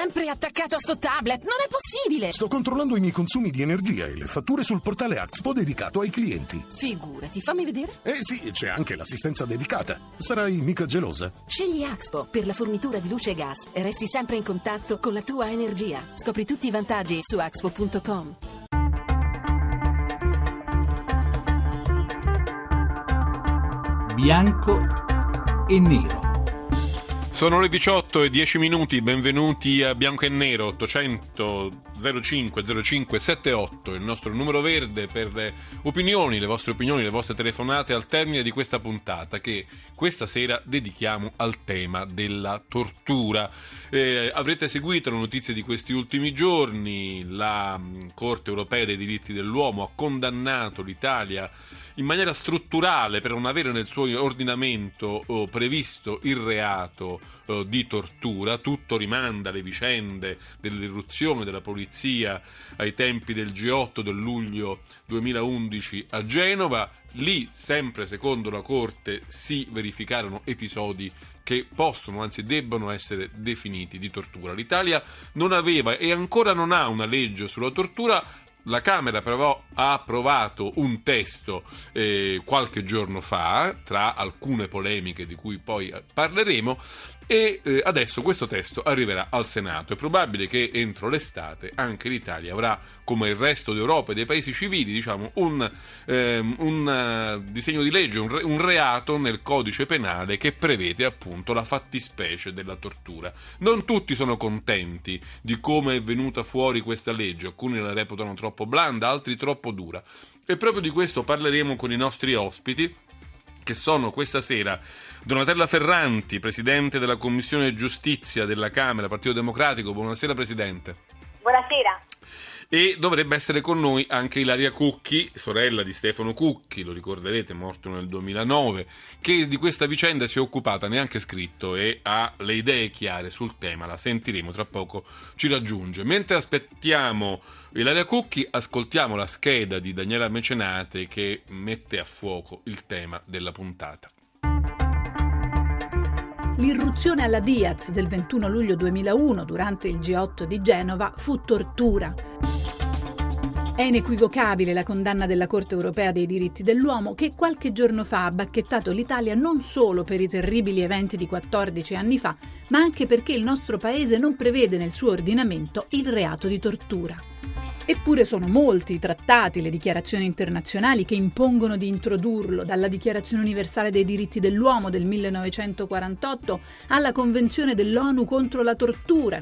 sempre attaccato a sto tablet, non è possibile! Sto controllando i miei consumi di energia e le fatture sul portale Axpo dedicato ai clienti. Figurati, fammi vedere. Sì, c'è anche l'assistenza dedicata. Sarai mica gelosa? Scegli Axpo per la fornitura di luce e gas e resti sempre in contatto con la tua energia. Scopri tutti i vantaggi su axpo.com. Bianco e nero. Sono le 18:10, benvenuti a Bianco e Nero. 800 05 05 78, il nostro numero verde per le opinioni, le vostre opinioni, le vostre telefonate al termine di questa puntata che questa sera dedichiamo al tema della tortura. Avrete seguito le notizie di questi ultimi giorni. La Corte Europea dei Diritti dell'Uomo ha condannato l'Italia in maniera strutturale per non avere nel suo ordinamento previsto il reato di tortura. Tutto rimanda alle vicende dell'irruzione della polizia ai tempi del G8 del luglio 2011 a Genova. Lì, sempre secondo la Corte, si verificarono episodi che possono, anzi debbono essere definiti di tortura. L'Italia non aveva e ancora non ha una legge sulla tortura. La Camera però ha approvato un testo qualche giorno fa, tra alcune polemiche di cui poi parleremo, e adesso questo testo arriverà al Senato. È probabile che entro l'estate anche l'Italia avrà, come il resto d'Europa e dei paesi civili, diciamo, un disegno di legge, un reato nel codice penale che prevede appunto la fattispecie della tortura. Non tutti sono contenti di come è venuta fuori questa legge, alcuni la reputano troppo blanda, altri troppo dura, e proprio di questo parleremo con i nostri ospiti, che sono questa sera Donatella Ferranti, Presidente della Commissione Giustizia della Camera, Partito Democratico. Buonasera Presidente. Buonasera. E dovrebbe essere con noi anche Ilaria Cucchi, sorella di Stefano Cucchi, lo ricorderete, morto nel 2009, che di questa vicenda si è occupata, neanche scritto, e ha le idee chiare sul tema. La sentiremo tra poco, ci raggiunge. Mentre aspettiamo Ilaria Cucchi, ascoltiamo la scheda di Daniela Mecenate che mette a fuoco il tema della puntata. L'irruzione alla Diaz del 21 luglio 2001 durante il G8 di Genova fu tortura. È inequivocabile la condanna della Corte Europea dei Diritti dell'Uomo che qualche giorno fa ha bacchettato l'Italia non solo per i terribili eventi di 14 anni fa, ma anche perché il nostro paese non prevede nel suo ordinamento il reato di tortura. Eppure sono molti i trattati, le dichiarazioni internazionali che impongono di introdurlo, dalla Dichiarazione universale dei diritti dell'uomo del 1948 alla Convenzione dell'ONU contro la tortura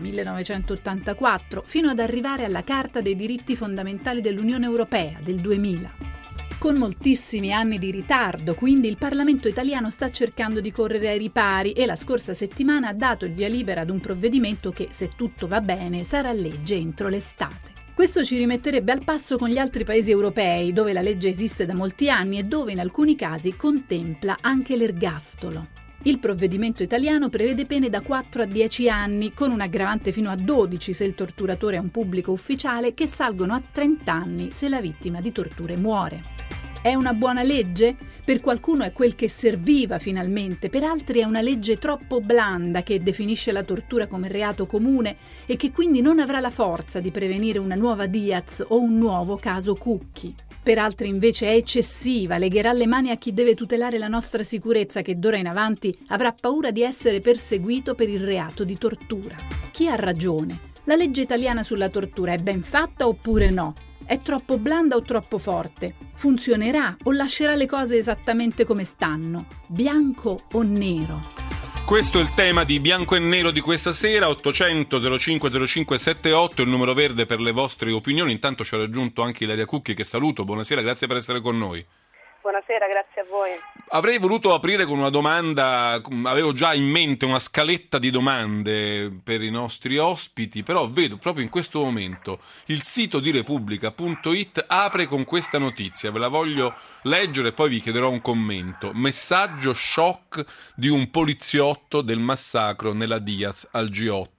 1984, fino ad arrivare alla Carta dei diritti fondamentali dell'Unione Europea del 2000. Con moltissimi anni di ritardo, quindi, il Parlamento italiano sta cercando di correre ai ripari e la scorsa settimana ha dato il via libera ad un provvedimento che, se tutto va bene, sarà legge entro l'estate. Questo ci rimetterebbe al passo con gli altri paesi europei, dove la legge esiste da molti anni e dove in alcuni casi contempla anche l'ergastolo. Il provvedimento italiano prevede pene da 4 a 10 anni, con un aggravante fino a 12 se il torturatore è un pubblico ufficiale, che salgono a 30 anni se la vittima di torture muore. È una buona legge? Per qualcuno è quel che serviva finalmente, per altri è una legge troppo blanda che definisce la tortura come reato comune e che quindi non avrà la forza di prevenire una nuova Diaz o un nuovo caso Cucchi. Per altri invece è eccessiva, legherà le mani a chi deve tutelare la nostra sicurezza, che d'ora in avanti avrà paura di essere perseguito per il reato di tortura. Chi ha ragione? La legge italiana sulla tortura è ben fatta oppure no? È troppo blanda o troppo forte? Funzionerà o lascerà le cose esattamente come stanno? Bianco o nero? Questo è il tema di Bianco e Nero di questa sera. 800 05 05 78, il numero verde per le vostre opinioni. Intanto ci ha raggiunto anche Ilaria Cucchi, che saluto. Buonasera, grazie per essere con noi. Buonasera, grazie a voi. Avrei voluto aprire con una domanda, avevo già in mente una scaletta di domande per i nostri ospiti, però vedo proprio in questo momento il sito di Repubblica.it apre con questa notizia, ve la voglio leggere e poi vi chiederò un commento. Messaggio shock di un poliziotto del massacro nella Diaz al G8.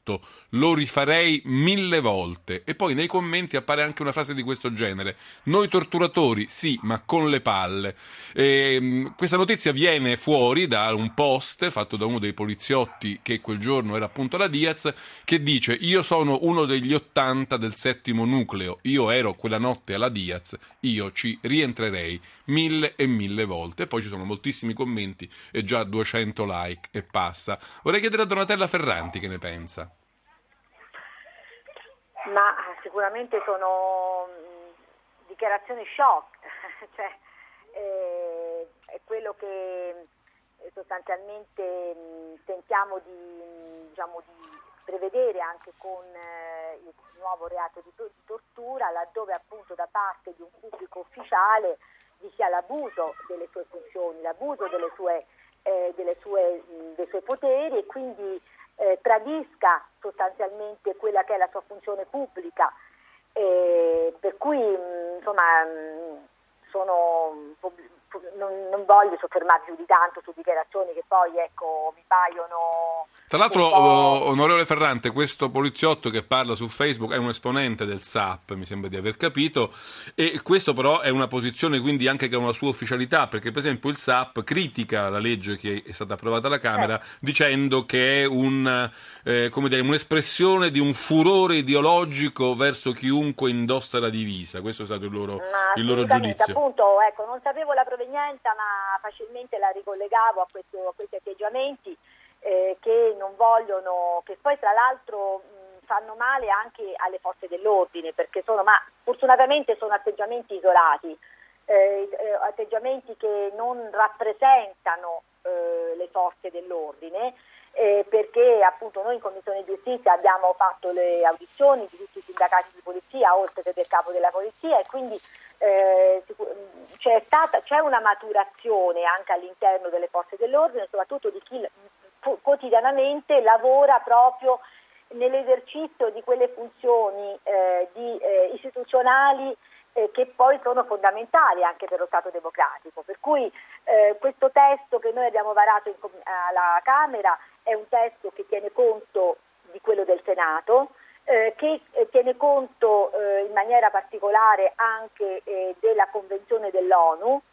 fatto, lo rifarei 1000 volte. E poi nei commenti appare anche una frase di questo genere: noi torturatori sì, ma con le palle. Questa notizia viene fuori da un post fatto da uno dei poliziotti che quel giorno era appunto alla Diaz, che dice: io sono uno degli 80 del 7° nucleo, io ero quella notte alla Diaz, io ci rientrerei 1000 e 1000 volte. E poi ci sono moltissimi commenti e già 200 like e passa. Vorrei chiedere a Donatella Ferranti che ne pensa. Ma sicuramente sono dichiarazioni shock, cioè è quello che sostanzialmente tentiamo di prevedere anche con il nuovo reato di tortura, laddove appunto da parte di un pubblico ufficiale vi sia l'abuso delle sue funzioni, l'abuso dei suoi poteri, e quindi tradisca sostanzialmente quella che è la sua funzione pubblica, per cui non voglio soffermarmi più di tanto su dichiarazioni che poi mi paiono. Tra l'altro, onorevole Ferrante, questo poliziotto che parla su Facebook è un esponente del SAP, mi sembra di aver capito, e questo però è una posizione quindi anche che ha una sua ufficialità, perché per esempio il SAP critica la legge che è stata approvata alla Camera dicendo che è un'espressione di un furore ideologico verso chiunque indossa la divisa. Questo è stato il loro giudizio. Appunto, non sapevo la provenienza, ma facilmente la ricollegavo a questi atteggiamenti che non vogliono, che poi tra l'altro fanno male anche alle forze dell'ordine, perché fortunatamente sono atteggiamenti isolati, atteggiamenti che non rappresentano le forze dell'ordine, perché appunto noi in Commissione Giustizia abbiamo fatto le audizioni di tutti i sindacati di polizia, oltre che del capo della polizia, e quindi c'è una maturazione anche all'interno delle forze dell'ordine, soprattutto di chi quotidianamente lavora proprio nell'esercizio di quelle funzioni istituzionali che poi sono fondamentali anche per lo Stato democratico. Per cui questo testo che noi abbiamo varato alla Camera è un testo che tiene conto di quello del Senato, che tiene conto in maniera particolare anche della Convenzione dell'ONU,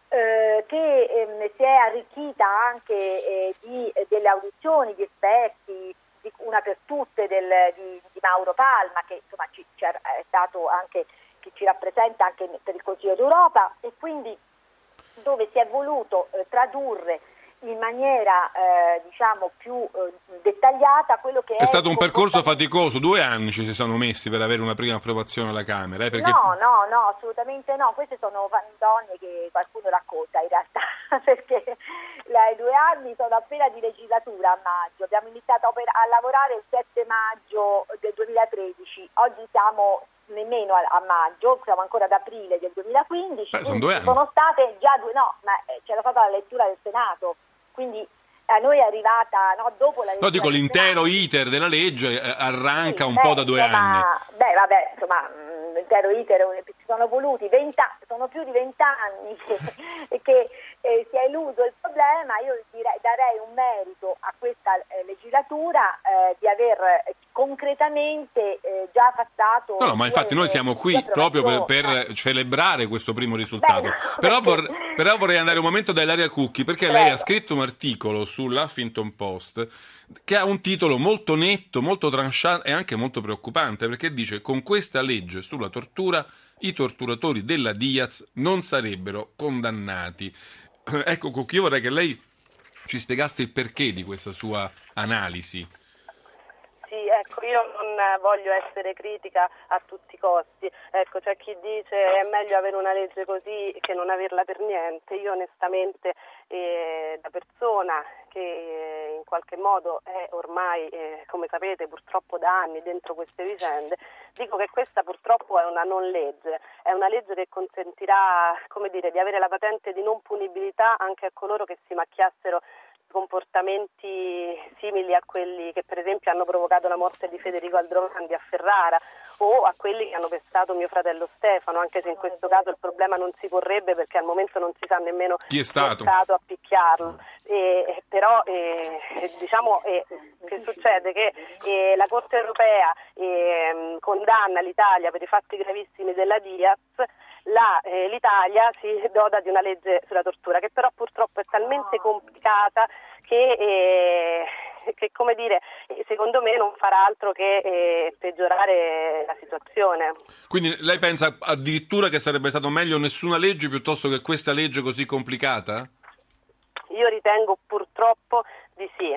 che si è arricchita anche delle audizioni di esperti, una per tutte di Mauro Palma, che insomma è stato anche, che ci rappresenta anche per il Consiglio d'Europa, e quindi dove si è voluto tradurre in maniera più dettagliata quello che è stato un percorso faticoso, 2 anni ci si sono messi per avere una prima approvazione alla Camera, perché... No, assolutamente no, queste sono fandonie che qualcuno racconta in realtà, perché i 2 anni sono appena di legislatura. A maggio abbiamo iniziato a lavorare il 7 maggio del 2013, oggi siamo nemmeno a maggio, siamo ancora ad aprile del 2015. Sono 2 anni. Sono state già c'era stata la lettura del Senato, quindi a noi è arrivata dopo la lettura. No, dico, l'intero iter della legge arranca un po' da 2 anni. L'intero iter ci sono voluti sono più di 20 anni che si è eluso il problema. Io darei un merito a questa legislatura di aver concretamente già passato. No, ma infatti noi siamo qui proprio per celebrare questo primo risultato. Però vorrei andare un momento da Ilaria Cucchi, perché lei ha scritto un articolo sull'Huffington Post che ha un titolo molto netto, molto tranchant e anche molto preoccupante, perché dice: con questa legge sulla tortura i torturatori della Diaz non sarebbero condannati. Ecco, Cucchi, io vorrei che lei ci spiegasse il perché di questa sua analisi. Sì, io non voglio essere critica a tutti i costi. C'è chi dice è meglio avere una legge così che non averla per niente. Io onestamente, da persona che in qualche modo è ormai, come sapete, purtroppo da anni dentro queste vicende, dico che questa purtroppo è una non legge, è una legge che consentirà, di avere la patente di non punibilità anche a coloro che si macchiassero comportamenti simili a quelli che per esempio hanno provocato la morte di Federico Aldrovandi a Ferrara o a quelli che hanno pestato mio fratello Stefano, anche se in questo caso il problema non si porrebbe perché al momento non si sa nemmeno chi è stato a picchiarlo. Però diciamo che succede che la Corte europea condanna l'Italia per i fatti gravissimi della Diaz. L'Italia si dota di una legge sulla tortura che però purtroppo è talmente complicata che come dire, secondo me non farà altro che peggiorare la situazione. Quindi lei pensa addirittura che sarebbe stato meglio nessuna legge piuttosto che questa legge così complicata? Io ritengo purtroppo di sì.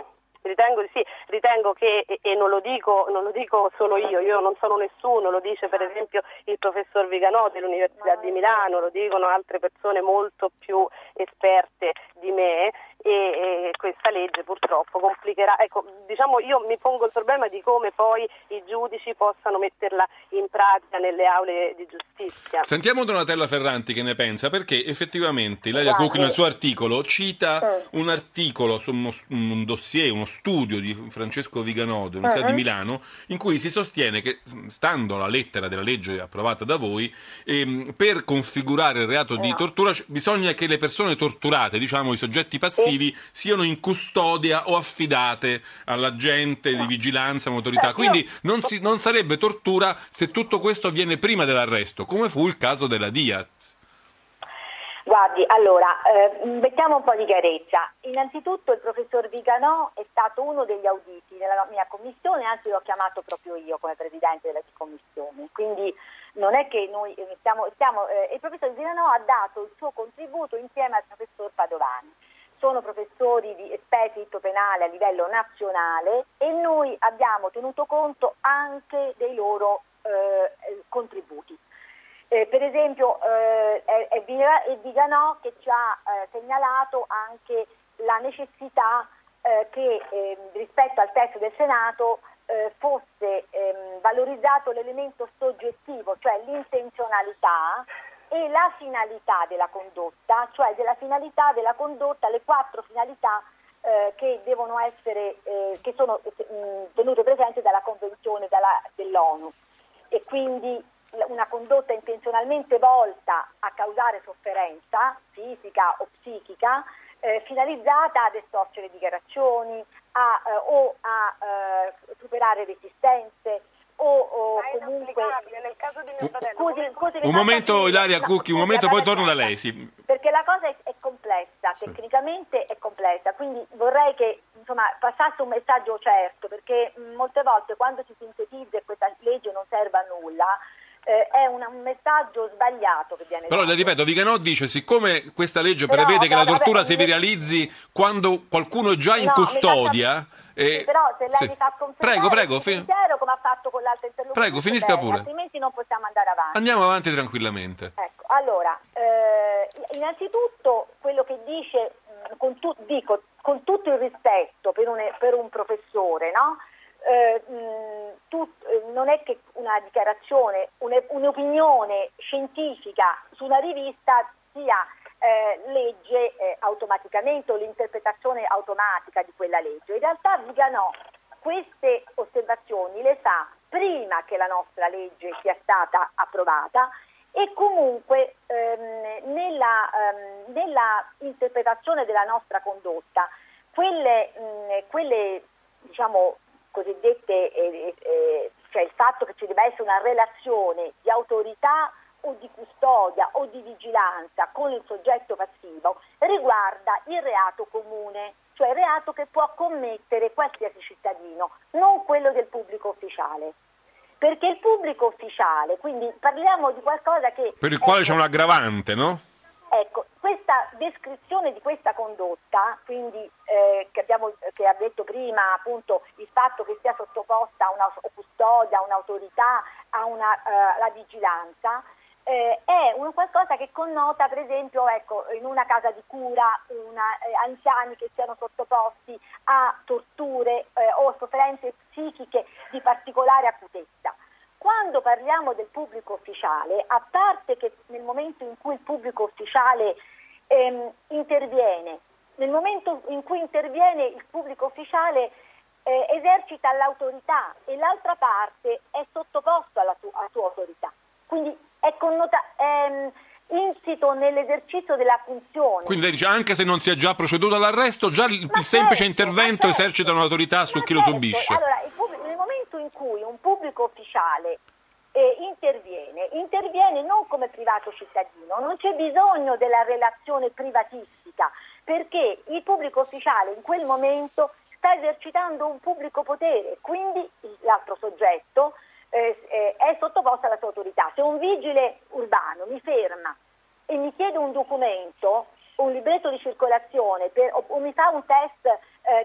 Ritengo che, e non lo dico solo io non sono nessuno, lo dice per esempio il professor Viganò dell'Università di Milano, lo dicono altre persone molto più esperte di me, e questa legge purtroppo complicherà. Ecco, diciamo, io mi pongo il problema di come poi i giudici possano metterla in pratica nelle aule di giustizia. Sentiamo Donatella Ferranti che ne pensa, perché effettivamente Ilaria Cucchi nel suo articolo cita un articolo su un dossier, uno studio di Francesco Viganò dell'Università di Milano, in cui si sostiene che, stando alla lettera della legge approvata da voi, per configurare il reato di tortura bisogna che le persone torturate, diciamo i soggetti passivi, siano in custodia o affidate all'agente di vigilanza, un'autorità. Quindi non sarebbe tortura se tutto questo avviene prima dell'arresto, come fu il caso della Diaz. Guardi, allora, mettiamo un po' di chiarezza. Innanzitutto il professor Viganò è stato uno degli auditi nella mia commissione, anzi l'ho chiamato proprio io come presidente della commissione, quindi non è che noi il professor Viganò ha dato il suo contributo insieme al professor Padovani. Sono professori esperti di diritto penale a livello nazionale e noi abbiamo tenuto conto anche dei loro contributi. Per esempio è Viganò che ci ha segnalato anche la necessità che rispetto al testo del Senato fosse valorizzato l'elemento soggettivo, cioè l'intenzionalità e la finalità della condotta, cioè della finalità della condotta, le 4 finalità che devono essere, che sono tenute presenti dalla Convenzione dell'ONU, e quindi una condotta intenzionalmente volta a causare sofferenza fisica o psichica, finalizzata ad estorcere dichiarazioni o a superare resistenze o comunque nel caso di mio fratello. Scusi, un momento Ilaria Cucchi, un momento, poi torno da lei. Sì. Perché la cosa è complessa, tecnicamente è complessa, quindi vorrei che passasse un messaggio certo, perché molte volte quando si sintetizza e questa legge non serve a nulla, è un messaggio sbagliato che viene però dato. le ripeto, Viganò dice, siccome questa legge prevede che la tortura si realizzi quando qualcuno è già in custodia, però se lei mi fa confermare prego, sincero, come ha fatto con l'altra interlocuzione, prego, finisca pure, altrimenti non possiamo andare avanti. Andiamo avanti tranquillamente. Ecco, allora, innanzitutto quello che dice, con tutto il rispetto per un professore, no? Non è che una dichiarazione, un'opinione scientifica su una rivista sia legge automaticamente, o l'interpretazione automatica di quella legge. In realtà Viganò queste osservazioni le fa prima che la nostra legge sia stata approvata, e comunque nella interpretazione della nostra condotta quelle diciamo cosiddette, cioè il fatto che ci debba essere una relazione di autorità o di custodia o di vigilanza con il soggetto passivo, riguarda il reato comune, cioè il reato che può commettere qualsiasi cittadino, non quello del pubblico ufficiale. Perché il pubblico ufficiale, quindi parliamo di qualcosa che... Per il quale c'è un aggravante, no? Ecco, questa descrizione di questa condotta, quindi che ha detto prima appunto il fatto che sia sottoposta a una custodia, a un'autorità, alla vigilanza, è qualcosa che connota, per esempio, in una casa di cura, anziani che siano sottoposti a torture o sofferenze psichiche di particolare acutezza. Quando parliamo del pubblico ufficiale, a parte che nel momento in cui il pubblico ufficiale interviene nel momento in cui interviene il pubblico ufficiale esercita l'autorità e l'altra parte è sottoposto alla sua autorità, quindi è insito nell'esercizio della funzione. Quindi lei dice anche se non si è già proceduto all'arresto, già il semplice intervento esercita un'autorità su chi lo subisce. Allora, nel momento in cui un pubblico ufficiale interviene non come privato cittadino, non c'è bisogno della relazione privatistica, perché il pubblico ufficiale in quel momento sta esercitando un pubblico potere, quindi l'altro soggetto è sottoposto alla sua autorità. Se un vigile urbano mi ferma e mi chiede un documento, un libretto di circolazione o mi fa un test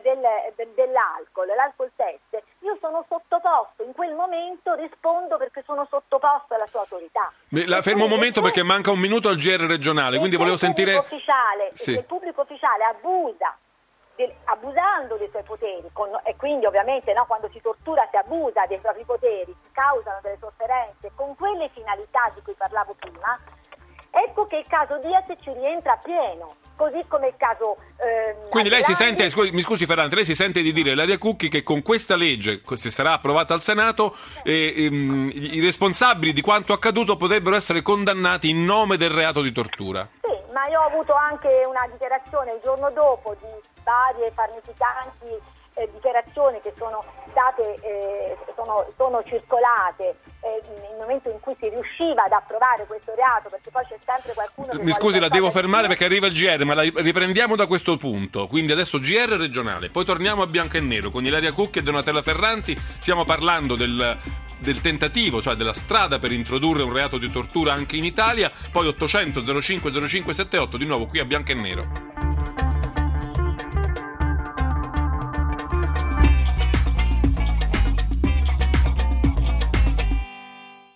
l'alcol test, io sono sottoposto, in quel momento rispondo perché sono sottoposto alla sua autorità. La fermo un momento perché manca un minuto al GR regionale, quindi volevo sentire... Se il pubblico ufficiale abusando dei suoi poteri, e quindi ovviamente quando si tortura si abusa dei propri poteri, si causano delle sofferenze con quelle finalità di cui parlavo prima, ecco che il caso Diaz ci rientra a pieno, così come il caso quindi lei si sente, mi scusi Ferrante, lei si sente di dire, Ilaria Cucchi, che con questa legge, se sarà approvata al Senato, i responsabili di quanto accaduto potrebbero essere condannati in nome del reato di tortura? Sì, ma io ho avuto anche una dichiarazione il giorno dopo di varie farneticanti dichiarazioni che sono state sono circolate nel momento in cui si riusciva ad approvare questo reato, perché poi c'è sempre qualcuno che mi scusi, la devo fermare perché arriva il GR, ma la riprendiamo da questo punto. Quindi adesso GR regionale, poi torniamo a Bianco e Nero con Ilaria Cucchi e Donatella Ferranti. Stiamo parlando del tentativo, cioè della strada per introdurre un reato di tortura anche in Italia. Poi 800 05 05 78 di nuovo qui a Bianco e Nero.